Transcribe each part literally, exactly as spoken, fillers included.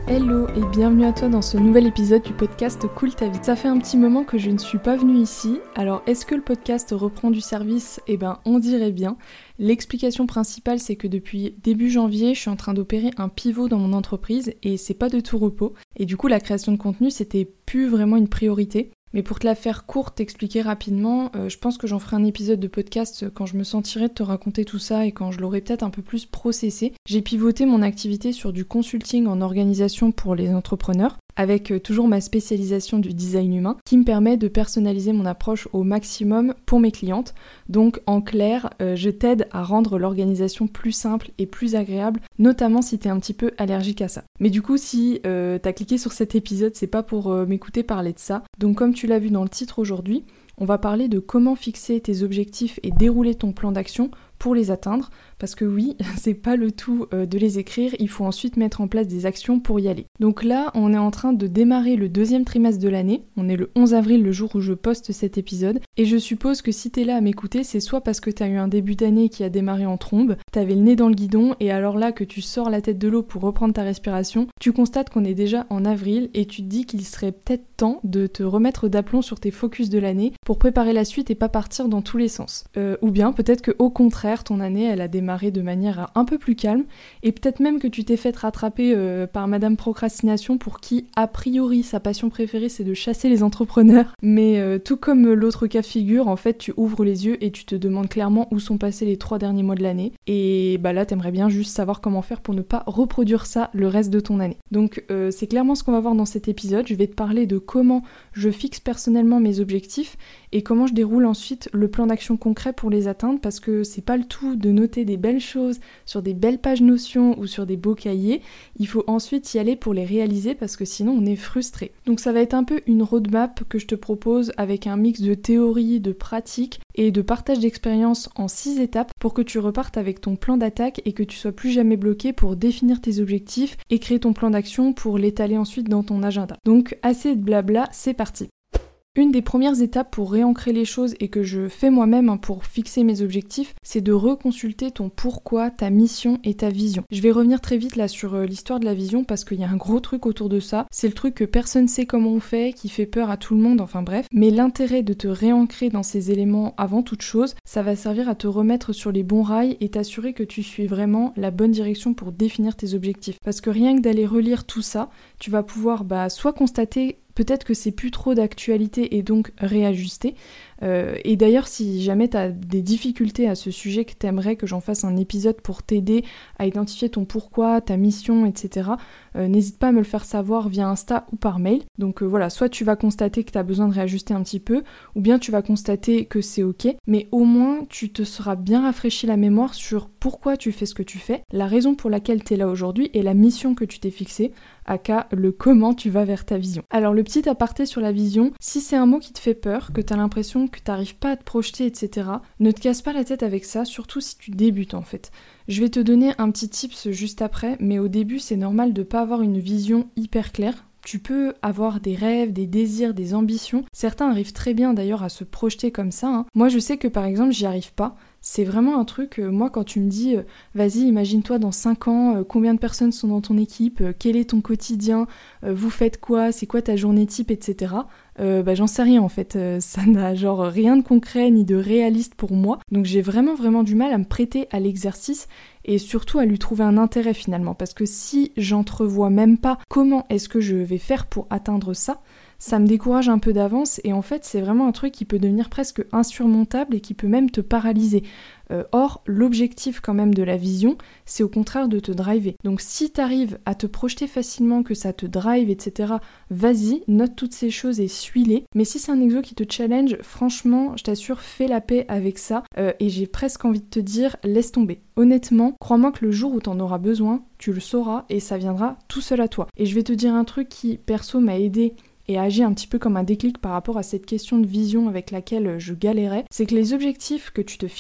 Hello et bienvenue à toi dans ce nouvel épisode du podcast Cool ta vie. Ça fait un petit moment que je ne suis pas venue ici, alors est-ce que le podcast reprend du service ? Eh ben on dirait bien. L'explication principale c'est que depuis début janvier, je suis en train d'opérer un pivot dans mon entreprise et c'est pas de tout repos. Et du coup la création de contenu c'était plus vraiment une priorité. Mais pour te la faire courte, t'expliquer rapidement, euh, je pense que j'en ferai un épisode de podcast quand je me sentirai de te raconter tout ça et quand je l'aurai peut-être un peu plus processé. J'ai pivoté mon activité sur du consulting en organisation pour les entrepreneurs, avec euh, toujours ma spécialisation du design humain, qui me permet de personnaliser mon approche au maximum pour mes clientes. Donc en clair, euh, je t'aide à rendre l'organisation plus simple et plus agréable, notamment si t'es un petit peu allergique à ça. Mais du coup, si euh, t'as cliqué sur cet épisode, c'est pas pour euh, m'écouter parler de ça. Donc comme tu l'as vu dans le titre aujourd'hui, on va parler de comment fixer tes objectifs et dérouler ton plan d'action pour les atteindre, parce que oui, c'est pas le tout euh, de les écrire, il faut ensuite mettre en place des actions pour y aller. Donc là, on est en train de démarrer le deuxième trimestre de l'année, on est le onze avril, le jour où je poste cet épisode, et je suppose que si t'es là à m'écouter, c'est soit parce que t'as eu un début d'année qui a démarré en trombe, t'avais le nez dans le guidon, et alors là que tu sors la tête de l'eau pour reprendre ta respiration, tu constates qu'on est déjà en avril, et tu te dis qu'il serait peut-être temps de te remettre d'aplomb sur tes focus de l'année, pour préparer la suite et pas partir dans tous les sens. Euh, ou bien peut-être que au contraire, ton année elle a démarré de manière un peu plus calme et peut-être même que tu t'es fait rattraper euh, par Madame Procrastination pour qui a priori sa passion préférée c'est de chasser les entrepreneurs, mais euh, tout comme l'autre cas de figure, en fait tu ouvres les yeux et tu te demandes clairement où sont passés les trois derniers mois de l'année et bah là t'aimerais bien juste savoir comment faire pour ne pas reproduire ça le reste de ton année. Donc euh, c'est clairement ce qu'on va voir dans cet épisode. Je vais te parler de comment je fixe personnellement mes objectifs et comment je déroule ensuite le plan d'action concret pour les atteindre, parce que c'est pas le tout de noter des belles choses sur des belles pages Notion ou sur des beaux cahiers, il faut ensuite y aller pour les réaliser parce que sinon on est frustré. Donc ça va être un peu une roadmap que je te propose avec un mix de théorie, de pratique et de partage d'expérience en six étapes pour que tu repartes avec ton plan d'attaque et que tu sois plus jamais bloqué pour définir tes objectifs et créer ton plan d'action pour l'étaler ensuite dans ton agenda. Donc assez de blabla, c'est parti. Une des premières étapes pour réancrer les choses et que je fais moi-même pour fixer mes objectifs, c'est de reconsulter ton pourquoi, ta mission et ta vision. Je vais revenir très vite là sur l'histoire de la vision parce qu'il y a un gros truc autour de ça. C'est le truc que personne sait comment on fait, qui fait peur à tout le monde, enfin bref. Mais l'intérêt de te réancrer dans ces éléments avant toute chose, ça va servir à te remettre sur les bons rails et t'assurer que tu suis vraiment la bonne direction pour définir tes objectifs. Parce que rien que d'aller relire tout ça, tu vas pouvoir bah, soit constater peut-être que c'est plus trop d'actualité et donc réajuster. Euh, et d'ailleurs, si jamais tu as des difficultés à ce sujet, que tu aimerais que j'en fasse un épisode pour t'aider à identifier ton pourquoi, ta mission, et cetera, euh, n'hésite pas à me le faire savoir via Insta ou par mail. Donc euh, voilà, soit tu vas constater que tu as besoin de réajuster un petit peu, ou bien tu vas constater que c'est ok, mais au moins tu te seras bien rafraîchi la mémoire sur pourquoi tu fais ce que tu fais, la raison pour laquelle tu es là aujourd'hui et la mission que tu t'es fixée, aka le comment tu vas vers ta vision. Alors le petit aparté sur la vision, si c'est un mot qui te fait peur, que tu as l'impression que t'arrives pas à te projeter, et cetera, ne te casse pas la tête avec ça, surtout si tu débutes en fait. Je vais te donner un petit tips juste après, mais au début c'est normal de pas avoir une vision hyper claire. Tu peux avoir des rêves, des désirs, des ambitions. Certains arrivent très bien d'ailleurs à se projeter comme ça. Hein. Moi je sais que par exemple j'y arrive pas. C'est vraiment un truc, euh, moi quand tu me dis euh, vas-y imagine-toi dans cinq ans, euh, combien de personnes sont dans ton équipe, euh, quel est ton quotidien, euh, vous faites quoi, c'est quoi ta journée type, et cetera. Euh, bah j'en sais rien en fait, euh, ça n'a genre rien de concret ni de réaliste pour moi, donc j'ai vraiment vraiment du mal à me prêter à l'exercice et surtout à lui trouver un intérêt finalement, parce que si j'entrevois même pas comment est-ce que je vais faire pour atteindre ça, ça me décourage un peu d'avance et en fait c'est vraiment un truc qui peut devenir presque insurmontable et qui peut même te paralyser. Euh, or, l'objectif quand même de la vision, c'est au contraire de te driver. Donc si t'arrives à te projeter facilement, que ça te drive, et cetera, vas-y, note toutes ces choses et suis-les. Mais si c'est un exo qui te challenge, franchement, je t'assure, fais la paix avec ça. Euh, et j'ai presque envie de te dire, laisse tomber. Honnêtement, crois-moi que le jour où t'en auras besoin, tu le sauras et ça viendra tout seul à toi. Et je vais te dire un truc qui, perso, m'a aidé et a agi un petit peu comme un déclic par rapport à cette question de vision avec laquelle je galérais, c'est que les objectifs que tu te fixes,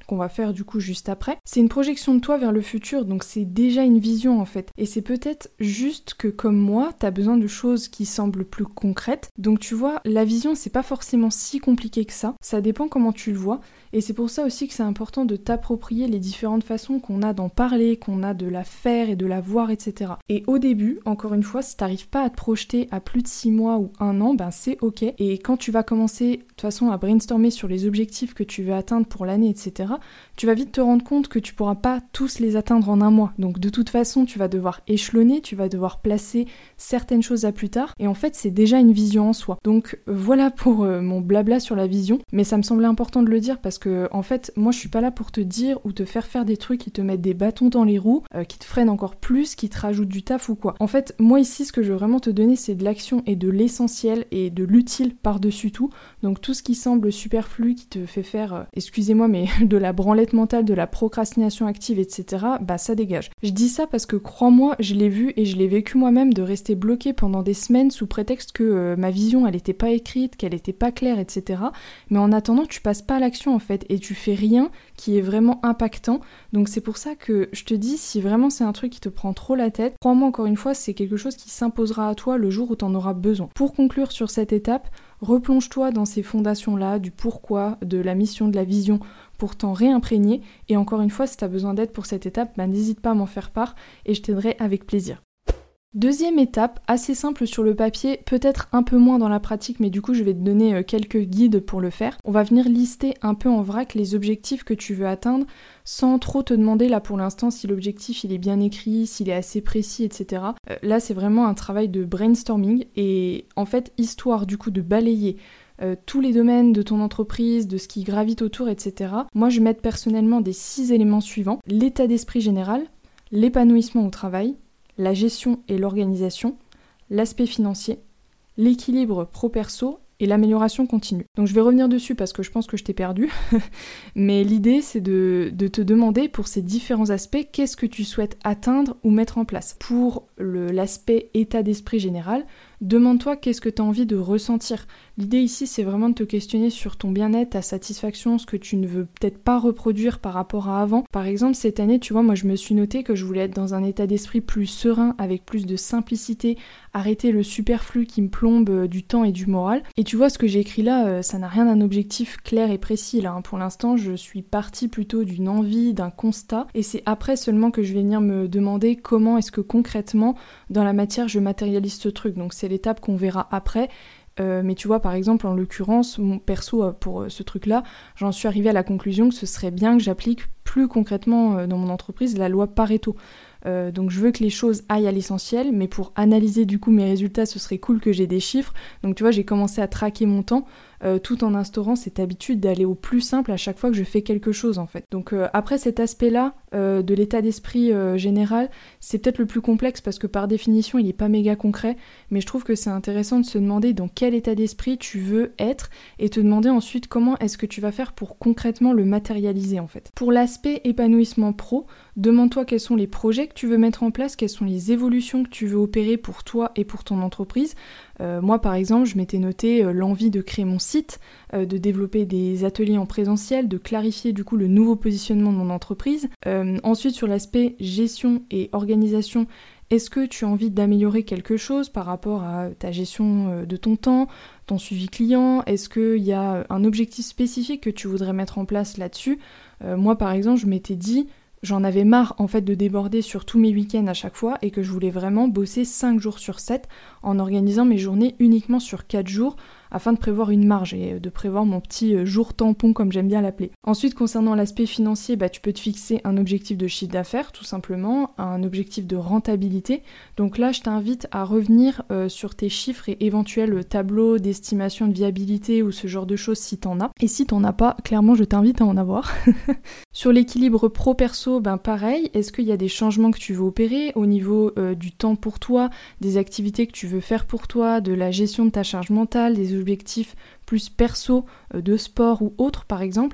qu'on va faire du coup juste après, c'est une projection de toi vers le futur, donc c'est déjà une vision en fait. Et c'est peut-être juste que comme moi, t'as besoin de choses qui semblent plus concrètes. Donc tu vois, la vision c'est pas forcément si compliqué que ça, ça dépend comment tu le vois. Et c'est pour ça aussi que c'est important de t'approprier les différentes façons qu'on a d'en parler, qu'on a de la faire et de la voir, et cetera. Et au début, encore une fois, si t'arrives pas à te projeter à plus de six mois ou un an, ben c'est ok. Et quand tu vas commencer, de toute façon, à brainstormer sur les objectifs que tu veux atteindre pour l'année, et cetera, tu vas vite te rendre compte que tu pourras pas tous les atteindre en un mois. Donc de toute façon, tu vas devoir échelonner, tu vas devoir placer certaines choses à plus tard. Et en fait, c'est déjà une vision en soi. Donc voilà pour euh, mon blabla sur la vision. Mais ça me semblait important de le dire parce que en fait, moi je suis pas là pour te dire ou te faire faire des trucs qui te mettent des bâtons dans les roues, euh, qui te freinent encore plus, qui te rajoutent du taf ou quoi. En fait, moi ici, ce que je veux vraiment te donner, c'est de l'action et de l'essentiel et de l'utile par-dessus tout. Donc tout ce qui semble superflu, qui te fait faire, euh, excusez-moi, mais de la branlette mentale, de la procrastination active, et cetera, bah ça dégage. Je dis ça parce que crois-moi, je l'ai vu et je l'ai vécu moi-même de rester bloquée pendant des semaines sous prétexte que euh, ma vision, elle était pas écrite, qu'elle était pas claire, et cetera. Mais en attendant, tu passes pas à l'action en fait et tu fais rien qui est vraiment impactant. Donc c'est pour ça que je te dis, si vraiment c'est un truc qui te prend trop la tête, crois-moi encore une fois, c'est quelque chose qui s'imposera à toi le jour où t'en auras besoin. Pour conclure sur cette étape, replonge-toi dans ces fondations-là, du pourquoi, de la mission, de la vision, pour t'en réimprégner. Et encore une fois, si t'as besoin d'aide pour cette étape, bah, n'hésite pas à m'en faire part et je t'aiderai avec plaisir. Deuxième étape, assez simple sur le papier, peut-être un peu moins dans la pratique, mais du coup je vais te donner quelques guides pour le faire. On va venir lister un peu en vrac les objectifs que tu veux atteindre, sans trop te demander là pour l'instant si l'objectif il est bien écrit, s'il est assez précis, et cetera. Euh, là c'est vraiment un travail de brainstorming et en fait histoire du coup de balayer Euh, tous les domaines de ton entreprise, de ce qui gravite autour, et cetera. Moi, je mets personnellement des six éléments suivants. L'état d'esprit général, l'épanouissement au travail, la gestion et l'organisation, l'aspect financier, l'équilibre pro-perso et l'amélioration continue. Donc je vais revenir dessus parce que je pense que je t'ai perdu, mais l'idée c'est de, de te demander pour ces différents aspects qu'est-ce que tu souhaites atteindre ou mettre en place. Pour le, l'aspect état d'esprit général, demande-toi qu'est-ce que tu as envie de ressentir. L'idée ici c'est vraiment de te questionner sur ton bien-être, ta satisfaction, ce que tu ne veux peut-être pas reproduire par rapport à avant. Par exemple cette année, tu vois, moi je me suis noté que je voulais être dans un état d'esprit plus serein, avec plus de simplicité, arrêter le superflu qui me plombe du temps et du moral. Et tu vois, ce que j'ai écrit là, euh, ça n'a rien d'un objectif clair et précis là. Hein. Pour l'instant, je suis partie plutôt d'une envie, d'un constat. Et c'est après seulement que je vais venir me demander comment est-ce que concrètement, dans la matière, je matérialise ce truc. Donc c'est l'étape qu'on verra après. Euh, mais tu vois, par exemple, en l'occurrence, mon perso, euh, pour euh, ce truc-là, j'en suis arrivée à la conclusion que ce serait bien que j'applique plus concrètement euh, dans mon entreprise la loi Pareto. Euh, donc je veux que les choses aillent à l'essentiel, mais pour analyser du coup mes résultats, ce serait cool que j'ai des chiffres. Donc tu vois, j'ai commencé à traquer mon temps euh, tout en instaurant cette habitude d'aller au plus simple à chaque fois que je fais quelque chose en fait. Donc euh, après cet aspect-là euh, de l'état d'esprit euh, général, c'est peut-être le plus complexe parce que par définition il est pas méga concret, mais je trouve que c'est intéressant de se demander dans quel état d'esprit tu veux être et te demander ensuite comment est-ce que tu vas faire pour concrètement le matérialiser en fait. Pour l'aspect épanouissement pro, demande-toi quels sont les projets que tu veux mettre en place, quelles sont les évolutions que tu veux opérer pour toi et pour ton entreprise. Euh, moi par exemple, je m'étais noté euh, l'envie de créer mon site, euh, de développer des ateliers en présentiel, de clarifier du coup le nouveau positionnement de mon entreprise. Euh, ensuite sur l'aspect gestion et organisation, est-ce que tu as envie d'améliorer quelque chose par rapport à ta gestion de ton temps, ton suivi client? Est-ce qu'il y a un objectif spécifique que tu voudrais mettre en place là-dessus? euh, Moi par exemple, je m'étais dit j'en avais marre en fait de déborder sur tous mes week-ends à chaque fois et que je voulais vraiment bosser cinq jours sur sept en organisant mes journées uniquement sur quatre jours afin de prévoir une marge et de prévoir mon petit jour tampon comme j'aime bien l'appeler. Ensuite concernant l'aspect financier, bah, tu peux te fixer un objectif de chiffre d'affaires tout simplement, un objectif de rentabilité. Donc là je t'invite à revenir euh, sur tes chiffres et éventuels tableaux d'estimation de viabilité ou ce genre de choses si t'en as. Et si t'en as pas, clairement je t'invite à en avoir. Sur l'équilibre pro-perso, ben pareil, est-ce qu'il y a des changements que tu veux opérer au niveau euh, du temps pour toi, des activités que tu veux faire pour toi, de la gestion de ta charge mentale, des objectifs plus perso, euh, de sport ou autre par exemple?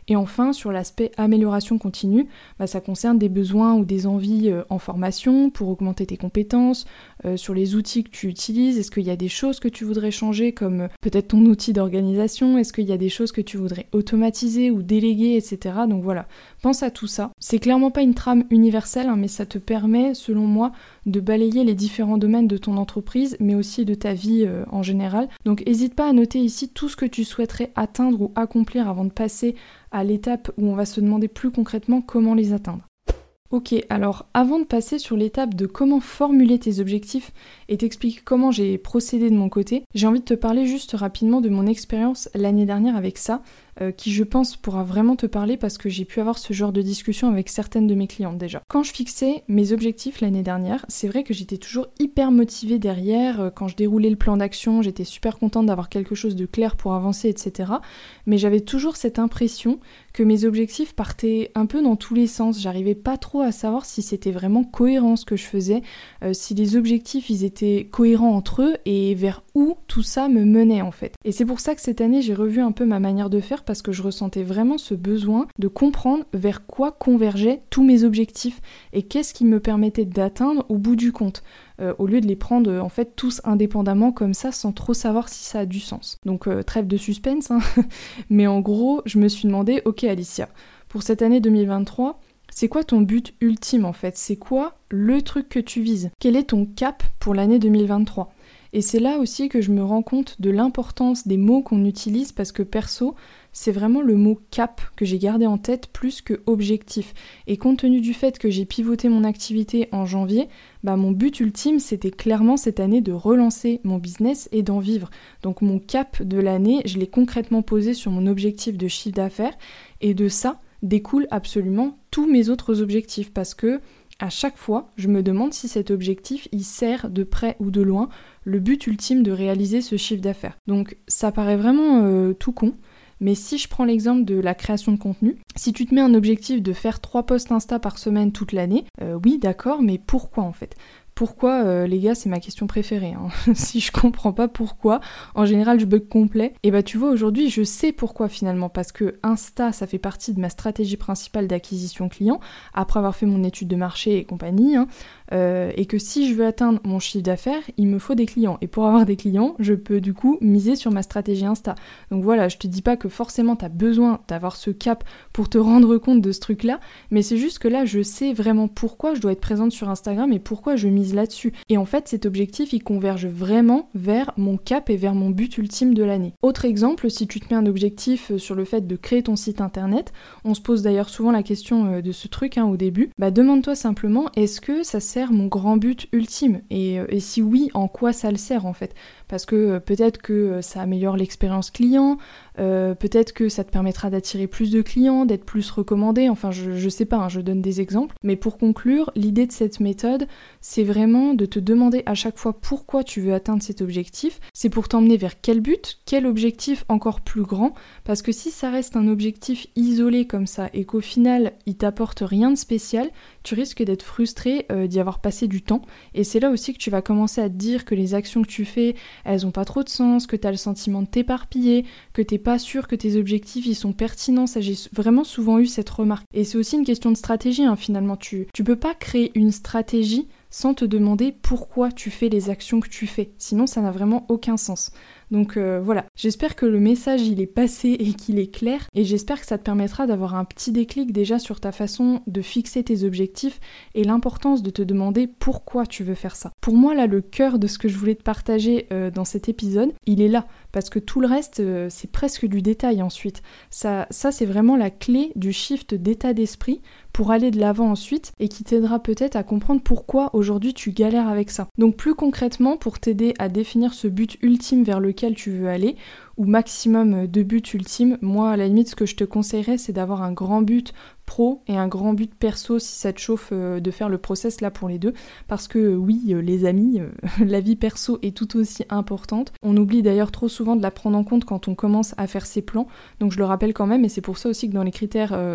Et enfin, sur l'aspect amélioration continue, bah, ça concerne des besoins ou des envies euh, en formation pour augmenter tes compétences, euh, sur les outils que tu utilises. Est-ce qu'il y a des choses que tu voudrais changer, comme euh, peut-être ton outil d'organisation? Est-ce qu'il y a des choses que tu voudrais automatiser ou déléguer, et cetera. Donc voilà, pense à tout ça. C'est clairement pas une trame universelle, hein, mais ça te permet, selon moi, de balayer les différents domaines de ton entreprise, mais aussi de ta vie euh, en général. Donc n'hésite pas à noter ici tout ce que tu souhaiterais atteindre ou accomplir avant de passer à l'étape où on va se demander plus concrètement comment les atteindre. Ok, alors avant de passer sur l'étape de comment formuler tes objectifs et t'expliquer comment j'ai procédé de mon côté, j'ai envie de te parler juste rapidement de mon expérience l'année dernière avec ça, euh, qui je pense pourra vraiment te parler parce que j'ai pu avoir ce genre de discussion avec certaines de mes clientes déjà. Quand je fixais mes objectifs l'année dernière, c'est vrai que j'étais toujours hyper motivée derrière, quand je déroulais le plan d'action, j'étais super contente d'avoir quelque chose de clair pour avancer, et cetera. Mais j'avais toujours cette impression que mes objectifs partaient un peu dans tous les sens, j'arrivais pas trop à savoir si c'était vraiment cohérent ce que je faisais, euh, si les objectifs ils étaient cohérents entre eux et vers où tout ça me menait en fait. Et c'est pour ça que cette année j'ai revu un peu ma manière de faire parce que je ressentais vraiment ce besoin de comprendre vers quoi convergeaient tous mes objectifs et qu'est-ce qui me permettait d'atteindre au bout du compte. Euh, au lieu de les prendre euh, en fait tous indépendamment comme ça sans trop savoir si ça a du sens. Donc euh, trêve de suspense, hein. Mais en gros je me suis demandé, ok Alicia, pour cette année deux mille vingt-trois, c'est quoi ton but ultime en fait? C'est quoi le truc que tu vises? Quel est ton cap pour l'année deux mille vingt-trois? Et c'est là aussi que je me rends compte de l'importance des mots qu'on utilise parce que perso, c'est vraiment le mot cap que j'ai gardé en tête plus que objectif. Et compte tenu du fait que j'ai pivoté mon activité en janvier, bah mon but ultime c'était clairement cette année de relancer mon business et d'en vivre. Donc mon cap de l'année, je l'ai concrètement posé sur mon objectif de chiffre d'affaires et de ça découlent absolument tous mes autres objectifs parce que à chaque fois, je me demande si cet objectif, il sert de près ou de loin le but ultime de réaliser ce chiffre d'affaires. Donc ça paraît vraiment euh, tout con, mais si je prends l'exemple de la création de contenu, si tu te mets un objectif de faire trois posts Insta par semaine toute l'année, euh, oui d'accord, mais pourquoi en fait ? Pourquoi, euh, les gars, c'est ma question préférée. Hein. Si je comprends pas pourquoi, en général, je bug complet. Et bah, tu vois, aujourd'hui, je sais pourquoi finalement. Parce que Insta, ça fait partie de ma stratégie principale d'acquisition client, après avoir fait mon étude de marché et compagnie. Hein, euh, et que si je veux atteindre mon chiffre d'affaires, il me faut des clients. Et pour avoir des clients, je peux du coup miser sur ma stratégie Insta. Donc voilà, je te dis pas que forcément, t'as besoin d'avoir ce cap pour te rendre compte de ce truc-là. Mais c'est juste que là, je sais vraiment pourquoi je dois être présente sur Instagram et pourquoi je mise là-dessus. Et en fait, cet objectif, il converge vraiment vers mon cap et vers mon but ultime de l'année. Autre exemple, si tu te mets un objectif sur le fait de créer ton site internet, on se pose d'ailleurs souvent la question de ce truc hein, au début, bah demande-toi simplement, est-ce que ça sert mon grand but ultime ? Et, et si oui, en quoi ça le sert en fait ? Parce que peut-être que ça améliore l'expérience client, euh, peut-être que ça te permettra d'attirer plus de clients, d'être plus recommandé, enfin je, je sais pas, hein, je donne des exemples. Mais pour conclure, l'idée de cette méthode, c'est vraiment de te demander à chaque fois pourquoi tu veux atteindre cet objectif. C'est pour t'emmener vers quel but, quel objectif encore plus grand, parce que si ça reste un objectif isolé comme ça et qu'au final il t'apporte rien de spécial, tu risques d'être frustré euh, d'y avoir passé du temps. Et c'est là aussi que tu vas commencer à te dire que les actions que tu fais, elles ont pas trop de sens, que t'as le sentiment de t'éparpiller, que t'es pas sûr que tes objectifs ils sont pertinents. Ça, j'ai vraiment souvent eu cette remarque. Et c'est aussi une question de stratégie hein, finalement. Tu, tu peux pas créer une stratégie sans te demander pourquoi tu fais les actions que tu fais. Sinon, ça n'a vraiment aucun sens. Donc euh, voilà, j'espère que le message il est passé et qu'il est clair et j'espère que ça te permettra d'avoir un petit déclic déjà sur ta façon de fixer tes objectifs et l'importance de te demander pourquoi tu veux faire ça. Pour moi là, le cœur de ce que je voulais te partager euh, dans cet épisode, il est là parce que tout le reste euh, c'est presque du détail ensuite. Ça, ça c'est vraiment la clé du shift d'état d'esprit pour aller de l'avant ensuite et qui t'aidera peut-être à comprendre pourquoi aujourd'hui tu galères avec ça. Donc plus concrètement, pour t'aider à définir ce but ultime vers lequel tu veux aller, ou maximum de buts ultimes, moi à la limite ce que je te conseillerais c'est d'avoir un grand but pro et un grand but perso si ça te chauffe euh, de faire le process là pour les deux, parce que oui euh, les amis, euh, la vie perso est tout aussi importante. On oublie d'ailleurs trop souvent de la prendre en compte quand on commence à faire ses plans, donc je le rappelle quand même et c'est pour ça aussi que dans les critères euh,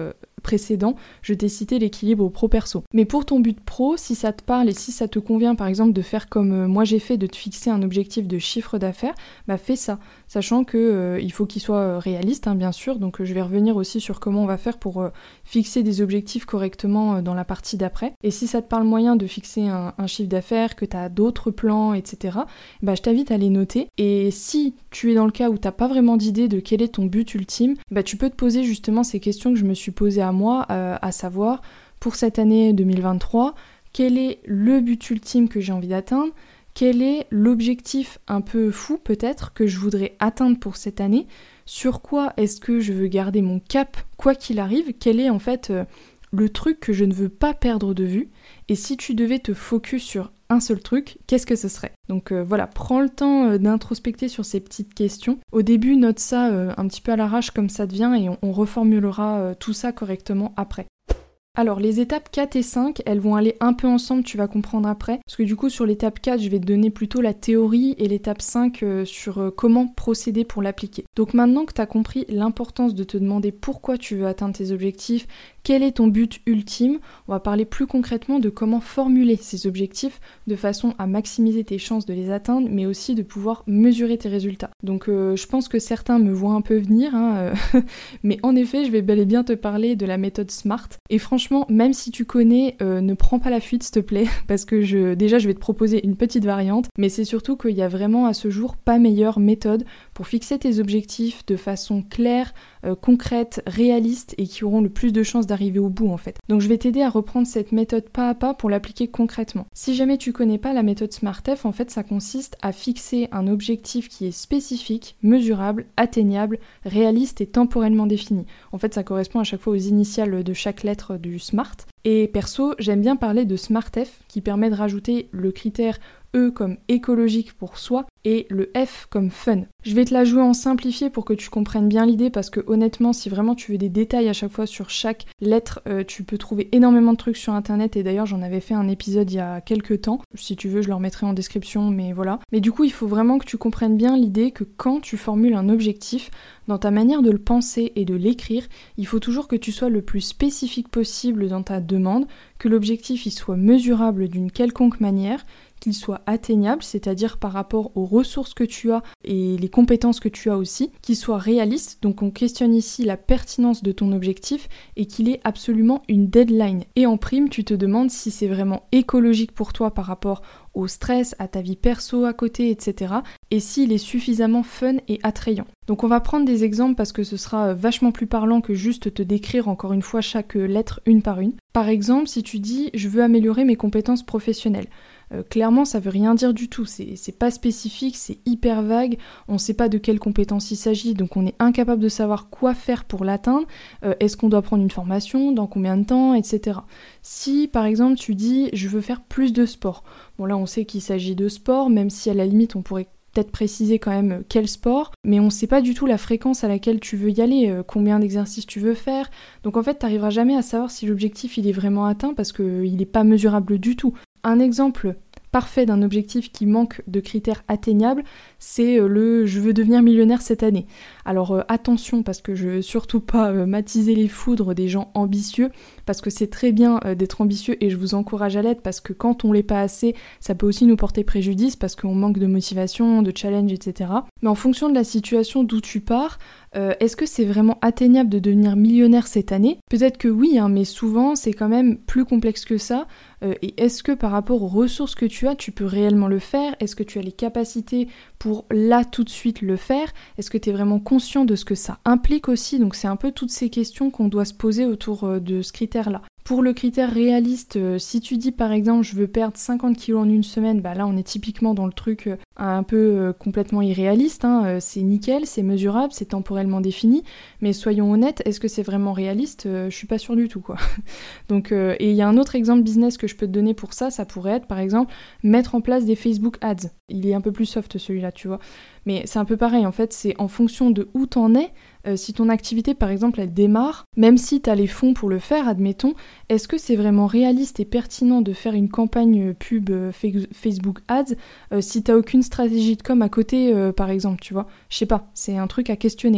précédent, je t'ai cité l'équilibre pro-perso. Mais pour ton but pro, si ça te parle et si ça te convient par exemple de faire comme euh, moi j'ai fait, de te fixer un objectif de chiffre d'affaires, bah fais ça, sachant que euh, il faut qu'il soit réaliste hein, bien sûr, donc euh, je vais revenir aussi sur comment on va faire pour euh, fixer des objectifs correctement euh, dans la partie d'après. Et si ça te parle moyen de fixer un, un chiffre d'affaires, que tu as d'autres plans, et cetera, bah je t'invite à les noter. Et si tu es dans le cas où t'as pas vraiment d'idée de quel est ton but ultime, bah tu peux te poser justement ces questions que je me suis posées à moi, euh, à savoir, pour cette année deux mille vingt-trois, quel est le but ultime que j'ai envie d'atteindre? Quel est l'objectif un peu fou peut-être que je voudrais atteindre pour cette année? Sur quoi est-ce que je veux garder mon cap quoi qu'il arrive? Quel est en fait euh, le truc que je ne veux pas perdre de vue? Et si tu devais te focus sur un seul truc, qu'est-ce que ce serait? Donc euh, voilà, prends le temps euh, d'introspecter sur ces petites questions. Au début, note ça euh, un petit peu à l'arrache comme ça te vient et on, on reformulera euh, tout ça correctement après. Alors les étapes quatre et cinq, elles vont aller un peu ensemble, tu vas comprendre après, parce que du coup sur l'étape quatre, je vais te donner plutôt la théorie et l'étape cinq euh, sur euh, comment procéder pour l'appliquer. Donc maintenant que tu as compris l'importance de te demander pourquoi tu veux atteindre tes objectifs, quel est ton but ultime, on va parler plus concrètement de comment formuler ces objectifs de façon à maximiser tes chances de les atteindre, mais aussi de pouvoir mesurer tes résultats. Donc euh, je pense que certains me voient un peu venir, hein, euh, mais en effet je vais bel et bien te parler de la méthode SMART, et franchement Franchement, même si tu connais, euh, ne prends pas la fuite s'il te plaît, parce que je, déjà je vais te proposer une petite variante, mais c'est surtout qu'il y a vraiment à ce jour pas meilleure méthode pour fixer tes objectifs de façon claire, euh, concrète, réaliste et qui auront le plus de chances d'arriver au bout en fait. Donc je vais t'aider à reprendre cette méthode pas à pas pour l'appliquer concrètement. Si jamais tu connais pas la méthode SMART-F, en fait ça consiste à fixer un objectif qui est spécifique, mesurable, atteignable, réaliste et temporellement défini. En fait ça correspond à chaque fois aux initiales de chaque lettre du SMART. Et perso, j'aime bien parler de SMART-F qui permet de rajouter le critère E comme écologique pour soi et le F comme fun. Je vais te la jouer en simplifié pour que tu comprennes bien l'idée parce que honnêtement, si vraiment tu veux des détails à chaque fois sur chaque lettre, euh, tu peux trouver énormément de trucs sur internet et d'ailleurs j'en avais fait un épisode il y a quelques temps. Si tu veux, je le remettrai en description, mais voilà. Mais du coup, il faut vraiment que tu comprennes bien l'idée que quand tu formules un objectif, dans ta manière de le penser et de l'écrire, il faut toujours que tu sois le plus spécifique possible dans ta demande, que l'objectif il soit mesurable d'une quelconque manière, qu'il soit atteignable, c'est-à-dire par rapport aux ressources que tu as et les compétences que tu as aussi, qu'il soit réaliste, donc on questionne ici la pertinence de ton objectif et qu'il ait absolument une deadline. Et en prime, tu te demandes si c'est vraiment écologique pour toi par rapport au stress, à ta vie perso à côté, et cetera. Et s'il est suffisamment fun et attrayant. Donc on va prendre des exemples parce que ce sera vachement plus parlant que juste te décrire encore une fois chaque lettre une par une. Par exemple, si tu dis « je veux améliorer mes compétences professionnelles », Euh, clairement, ça veut rien dire du tout, c'est, c'est pas spécifique, c'est hyper vague, on sait pas de quelles compétences il s'agit, donc on est incapable de savoir quoi faire pour l'atteindre, euh, est-ce qu'on doit prendre une formation, dans combien de temps, et cetera. Si, par exemple, tu dis « je veux faire plus de sport », bon là on sait qu'il s'agit de sport, même si à la limite on pourrait peut-être préciser quand même quel sport, mais on sait pas du tout la fréquence à laquelle tu veux y aller, euh, combien d'exercices tu veux faire, donc en fait t'arriveras jamais à savoir si l'objectif il est vraiment atteint parce qu'il est pas mesurable du tout. Un exemple parfait d'un objectif qui manque de critères atteignables, c'est le « je veux devenir millionnaire cette année ». Alors euh, attention, parce que je veux surtout pas euh, m'attiser les foudres des gens ambitieux, parce que c'est très bien euh, d'être ambitieux et je vous encourage à l'être, parce que quand on l'est pas assez, ça peut aussi nous porter préjudice, parce qu'on manque de motivation, de challenge, et cetera. Mais en fonction de la situation d'où tu pars, euh, est-ce que c'est vraiment atteignable de devenir millionnaire cette année ? Peut-être que oui, hein, mais souvent c'est quand même plus complexe que ça. Euh, et est-ce que par rapport aux ressources que tu as, tu peux réellement le faire ? Est-ce que tu as les capacités pour là tout de suite le faire ? Est-ce que tu es vraiment conscient de ce que ça implique aussi ? Donc c'est un peu toutes ces questions qu'on doit se poser autour de ce critère-là. Pour le critère réaliste, euh, si tu dis par exemple je veux perdre cinquante kilos en une semaine, bah là on est typiquement dans le truc euh, un peu euh, complètement irréaliste, hein, euh, c'est nickel, c'est mesurable, c'est temporellement défini, mais soyons honnêtes, est-ce que c'est vraiment réaliste ? euh, Je suis pas sûre du tout quoi. Donc, euh, et il y a un autre exemple business que je peux te donner pour ça, ça pourrait être par exemple mettre en place des Facebook Ads. Il est un peu plus soft celui-là, tu vois. Mais c'est un peu pareil, en fait, c'est en fonction de où t'en es, euh, si ton activité, par exemple, elle démarre, même si t'as les fonds pour le faire, admettons, est-ce que c'est vraiment réaliste et pertinent de faire une campagne pub euh, Facebook Ads euh, si t'as aucune stratégie de com à côté, euh, par exemple, tu vois ? Je sais pas, c'est un truc à questionner, quoi.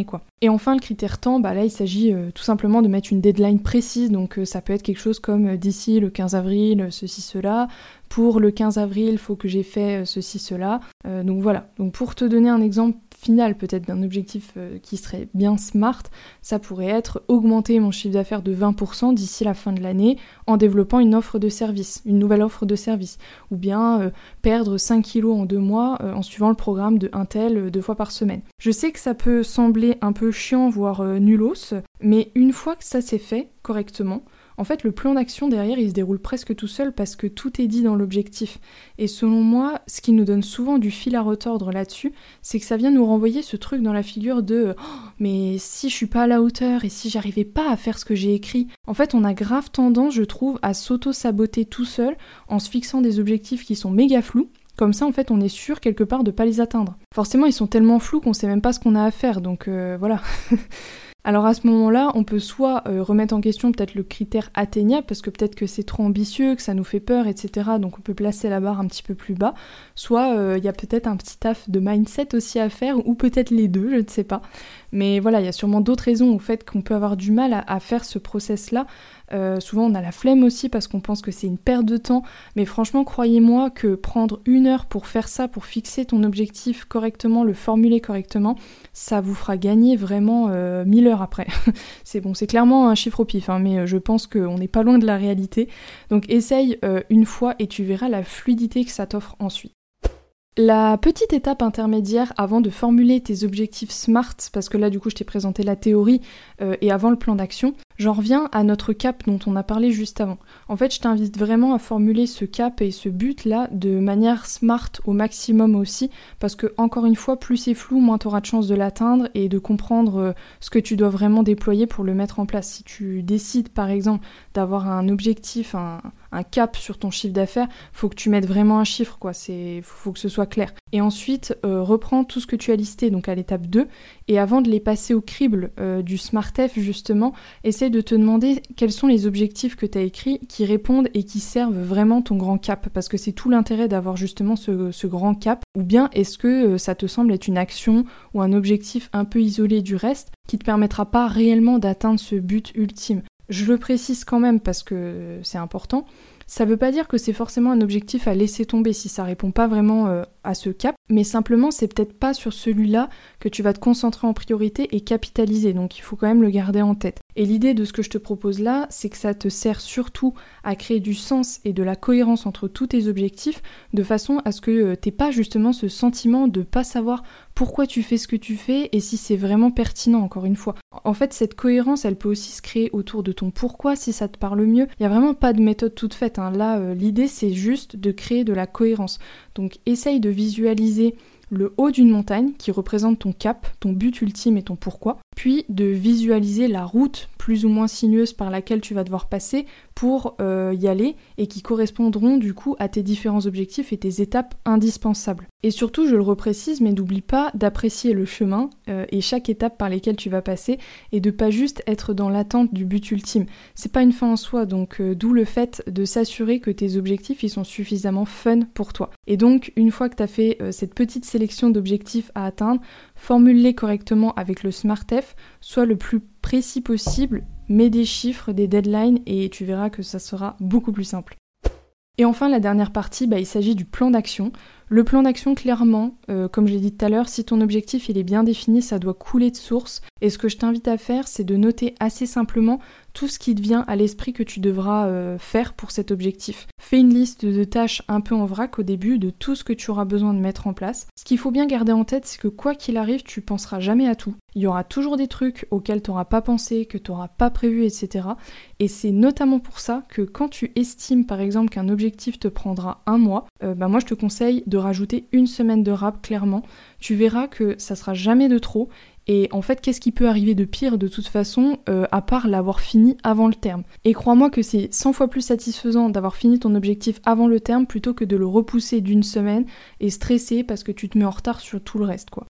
Et enfin, le critère temps, bah là, il s'agit euh, tout simplement de mettre une deadline précise. Donc euh, ça peut être quelque chose comme euh, d'ici le quinze avril, ceci, cela. Pour le quinze avril, il faut que j'ai fait euh, ceci, cela. Euh, donc voilà. Donc pour te donner un exemple final peut-être d'un objectif euh, qui serait bien smart, ça pourrait être augmenter mon chiffre d'affaires de vingt pour cent d'ici la fin de l'année en développant une offre de service, une nouvelle offre de service. Ou bien euh, perdre cinq kilos en deux mois euh, en suivant le programme de Intel euh, deux fois par semaine. Je sais que ça peut sembler un peu chiant, voire euh, nulos, mais une fois que ça s'est fait correctement, en fait, le plan d'action derrière, il se déroule presque tout seul parce que tout est dit dans l'objectif. Et selon moi, ce qui nous donne souvent du fil à retordre là-dessus, c'est que ça vient nous renvoyer ce truc dans la figure de oh, « mais si je suis pas à la hauteur et si j'arrivais pas à faire ce que j'ai écrit », en fait, on a grave tendance, je trouve, à s'auto-saboter tout seul en se fixant des objectifs qui sont méga flous. Comme ça, en fait, on est sûr quelque part de pas les atteindre. Forcément, ils sont tellement flous qu'on sait même pas ce qu'on a à faire, donc euh, voilà. Alors à ce moment-là, on peut soit euh, remettre en question peut-être le critère atteignable, parce que peut-être que c'est trop ambitieux, que ça nous fait peur, et cetera. Donc on peut placer la barre un petit peu plus bas. Soit il euh, y a peut-être un petit taf de mindset aussi à faire, ou peut-être les deux, je ne sais pas. Mais voilà, il y a sûrement d'autres raisons au fait qu'on peut avoir du mal à, à faire ce process-là. Euh, souvent on a la flemme aussi parce qu'on pense que c'est une perte de temps, mais franchement croyez-moi que prendre une heure pour faire ça, pour fixer ton objectif correctement, le formuler correctement, ça vous fera gagner vraiment euh, mille heures après. c'est bon, c'est clairement un chiffre au pif, hein, mais je pense qu'on n'est pas loin de la réalité. Donc essaye euh, une fois et tu verras la fluidité que ça t'offre ensuite. La petite étape intermédiaire avant de formuler tes objectifs SMART, parce que là du coup je t'ai présenté la théorie euh, et avant le plan d'action, j'en reviens à notre cap dont on a parlé juste avant. En fait je t'invite vraiment à formuler ce cap et ce but là de manière SMART au maximum aussi, parce que encore une fois plus c'est flou, moins tu auras de chance de l'atteindre et de comprendre euh, ce que tu dois vraiment déployer pour le mettre en place. Si tu décides par exemple d'avoir un objectif, un, un cap sur ton chiffre d'affaires, faut que tu mettes vraiment un chiffre quoi, c'est faut que ce soit clair. Et ensuite, euh, reprends tout ce que tu as listé, donc à l'étape deux, et avant de les passer au crible euh, du SmartF, justement, essaye de te demander quels sont les objectifs que tu as écrits qui répondent et qui servent vraiment ton grand cap, parce que c'est tout l'intérêt d'avoir justement ce, ce grand cap, ou bien est-ce que euh, ça te semble être une action ou un objectif un peu isolé du reste qui te permettra pas réellement d'atteindre ce but ultime. Je le précise quand même parce que c'est important. Ça veut pas dire que c'est forcément un objectif à laisser tomber si ça répond pas vraiment euh, à ce cap, mais simplement c'est peut-être pas sur celui-là que tu vas te concentrer en priorité et capitaliser, donc il faut quand même le garder en tête. Et l'idée de ce que je te propose là, c'est que ça te sert surtout à créer du sens et de la cohérence entre tous tes objectifs, de façon à ce que euh, t'aies pas justement ce sentiment de pas savoir pourquoi tu fais ce que tu fais et si c'est vraiment pertinent, encore une fois. En fait, cette cohérence, elle peut aussi se créer autour de ton pourquoi, si ça te parle mieux. Il n'y a vraiment pas de méthode toute faite, hein. Là, euh, l'idée, c'est juste de créer de la cohérence. Donc, essaye de visualiser le haut d'une montagne qui représente ton cap, ton but ultime et ton pourquoi, puis de visualiser la route plus ou moins sinueuse par laquelle tu vas devoir passer pour euh, y aller et qui correspondront du coup à tes différents objectifs et tes étapes indispensables. Et surtout, je le reprécise, mais n'oublie pas d'apprécier le chemin euh, et chaque étape par lesquelles tu vas passer et de pas juste être dans l'attente du but ultime. C'est pas une fin en soi, donc euh, d'où le fait de s'assurer que tes objectifs ils sont suffisamment fun pour toi. Et donc, une fois que tu as fait euh, cette petite sélection d'objectifs à atteindre, formule-les correctement avec le SmartF, sois le plus précis possible, mets des chiffres, des deadlines et tu verras que ça sera beaucoup plus simple. Et enfin, la dernière partie, bah, il s'agit du plan d'action. Le plan d'action, clairement, euh, comme je l'ai dit tout à l'heure, si ton objectif il est bien défini, ça doit couler de source. Et ce que je t'invite à faire, c'est de noter assez simplement tout ce qui te vient à l'esprit que tu devras euh, faire pour cet objectif. Fais une liste de tâches un peu en vrac au début, de tout ce que tu auras besoin de mettre en place. Ce qu'il faut bien garder en tête, c'est que quoi qu'il arrive, tu penseras jamais à tout. Il y aura toujours des trucs auxquels tu n'auras pas pensé, que tu n'auras pas prévu, et cetera. Et c'est notamment pour ça que quand tu estimes par exemple qu'un objectif te prendra un mois, euh, bah moi je te conseille de rajouter une semaine de rap clairement. Tu verras que ça sera jamais de trop. Et en fait, qu'est-ce qui peut arriver de pire de toute façon, euh, à part l'avoir fini avant le terme. Et crois-moi que c'est cent fois plus satisfaisant d'avoir fini ton objectif avant le terme plutôt que de le repousser d'une semaine et stresser parce que tu te mets en retard sur tout le reste, quoi.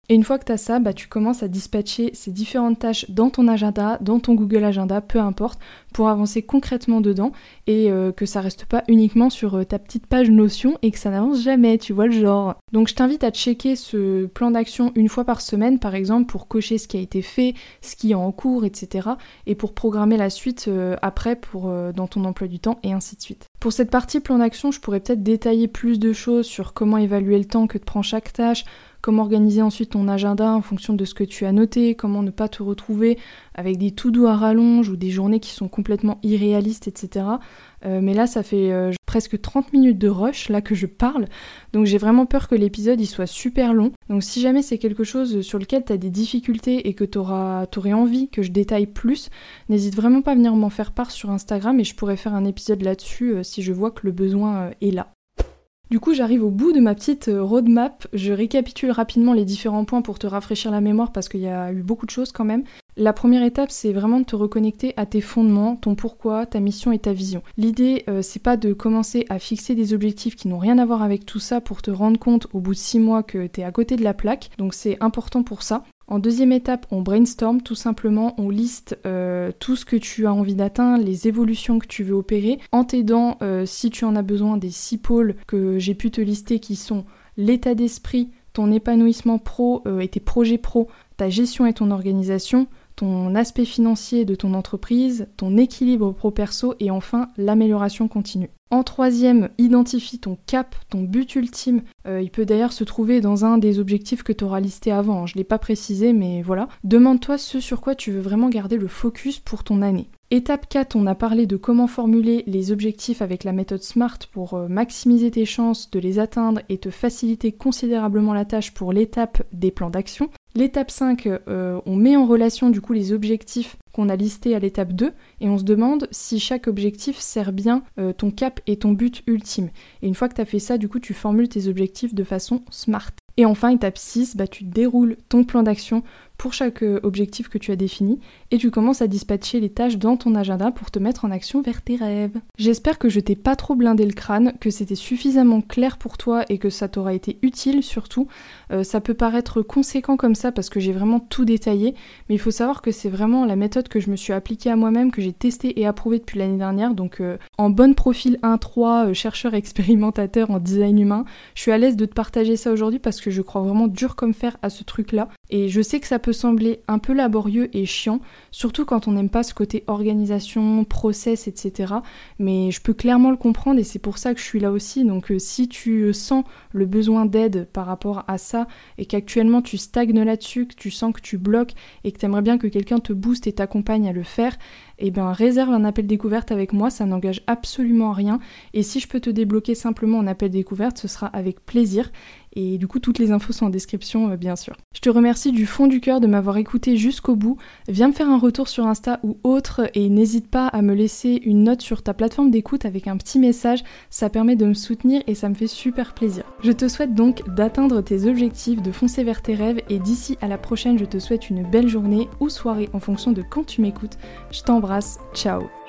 Et une fois que tu as ça, bah, tu commences à dispatcher ces différentes tâches dans ton agenda, dans ton Google Agenda, peu importe, pour avancer concrètement dedans et euh, que ça reste pas uniquement sur euh, ta petite page Notion et que ça n'avance jamais, tu vois le genre. Donc je t'invite à checker ce plan d'action une fois par semaine, par exemple, pour cocher ce qui a été fait, ce qui est en cours, et cetera. Et pour programmer la suite euh, après pour, euh, dans ton emploi du temps et ainsi de suite. Pour cette partie plan d'action, je pourrais peut-être détailler plus de choses sur comment évaluer le temps que te prend chaque tâche, comment organiser ensuite ton agenda en fonction de ce que tu as noté, comment ne pas te retrouver avec des to-do à rallonge ou des journées qui sont complètement irréalistes, et cetera. Euh, mais là, ça fait euh, presque trente minutes de rush, là que je parle, donc j'ai vraiment peur que l'épisode il soit super long. Donc si jamais c'est quelque chose sur lequel tu as des difficultés et que tu aurais envie que je détaille plus, n'hésite vraiment pas à venir m'en faire part sur Instagram et je pourrais faire un épisode là-dessus euh, si je vois que le besoin euh, est là. Du coup, j'arrive au bout de ma petite roadmap. Je récapitule rapidement les différents points pour te rafraîchir la mémoire parce qu'il y a eu beaucoup de choses quand même. La première étape, c'est vraiment de te reconnecter à tes fondements, ton pourquoi, ta mission et ta vision. L'idée, euh, c'est pas de commencer à fixer des objectifs qui n'ont rien à voir avec tout ça pour te rendre compte au bout de six mois que t'es à côté de la plaque. Donc c'est important pour ça. En deuxième étape, on brainstorm tout simplement, on liste euh, tout ce que tu as envie d'atteindre, les évolutions que tu veux opérer, en t'aidant, euh, si tu en as besoin, des six pôles que j'ai pu te lister qui sont l'état d'esprit, ton épanouissement pro euh, et tes projets pro, ta gestion et ton organisation, ton aspect financier de ton entreprise, ton équilibre pro-perso et enfin l'amélioration continue. En troisième, identifie ton cap, ton but ultime. Euh, il peut d'ailleurs se trouver dans un des objectifs que tu auras listé avant. Je ne l'ai pas précisé, mais voilà. Demande-toi ce sur quoi tu veux vraiment garder le focus pour ton année. Étape quatre, on a parlé de comment formuler les objectifs avec la méthode SMART pour euh, maximiser tes chances de les atteindre et te faciliter considérablement la tâche pour l'étape des plans d'action. L'étape cinq, euh, on met en relation du coup les objectifs qu'on a listés à l'étape deux et on se demande si chaque objectif sert bien euh, ton cap et ton but ultime. Et une fois que tu as fait ça, du coup tu formules tes objectifs de façon SMART. Et enfin, étape six, bah, tu déroules ton plan d'action pour chaque objectif que tu as défini et tu commences à dispatcher les tâches dans ton agenda pour te mettre en action vers tes rêves. J'espère que je t'ai pas trop blindé le crâne, que c'était suffisamment clair pour toi et que ça t'aura été utile surtout. Euh, ça peut paraître conséquent comme ça parce que j'ai vraiment tout détaillé, mais il faut savoir que c'est vraiment la méthode que je me suis appliquée à moi-même, que j'ai testée et approuvée depuis l'année dernière, donc euh, en bonne profil un trois, euh, chercheur expérimentateur en design humain. Je suis à l'aise de te partager ça aujourd'hui parce que je crois vraiment dur comme fer à ce truc-là et je sais que ça peut sembler un peu laborieux et chiant, surtout quand on n'aime pas ce côté organisation, process, et cetera. Mais je peux clairement le comprendre et c'est pour ça que je suis là aussi. Donc euh, si tu sens le besoin d'aide par rapport à ça et qu'actuellement tu stagnes là-dessus, que tu sens que tu bloques et que tu aimerais bien que quelqu'un te booste et t'accompagne à le faire, eh bien réserve un appel découverte avec moi, ça n'engage absolument rien. Et si je peux te débloquer simplement en appel découverte, ce sera avec plaisir. Et du coup, toutes les infos sont en description, euh, bien sûr. Je te remercie du fond du cœur de m'avoir écouté jusqu'au bout. Viens me faire un retour sur Insta ou autre et n'hésite pas à me laisser une note sur ta plateforme d'écoute avec un petit message. Ça permet de me soutenir et ça me fait super plaisir. Je te souhaite donc d'atteindre tes objectifs, de foncer vers tes rêves et d'ici à la prochaine, je te souhaite une belle journée ou soirée en fonction de quand tu m'écoutes. Je t'embrasse, ciao.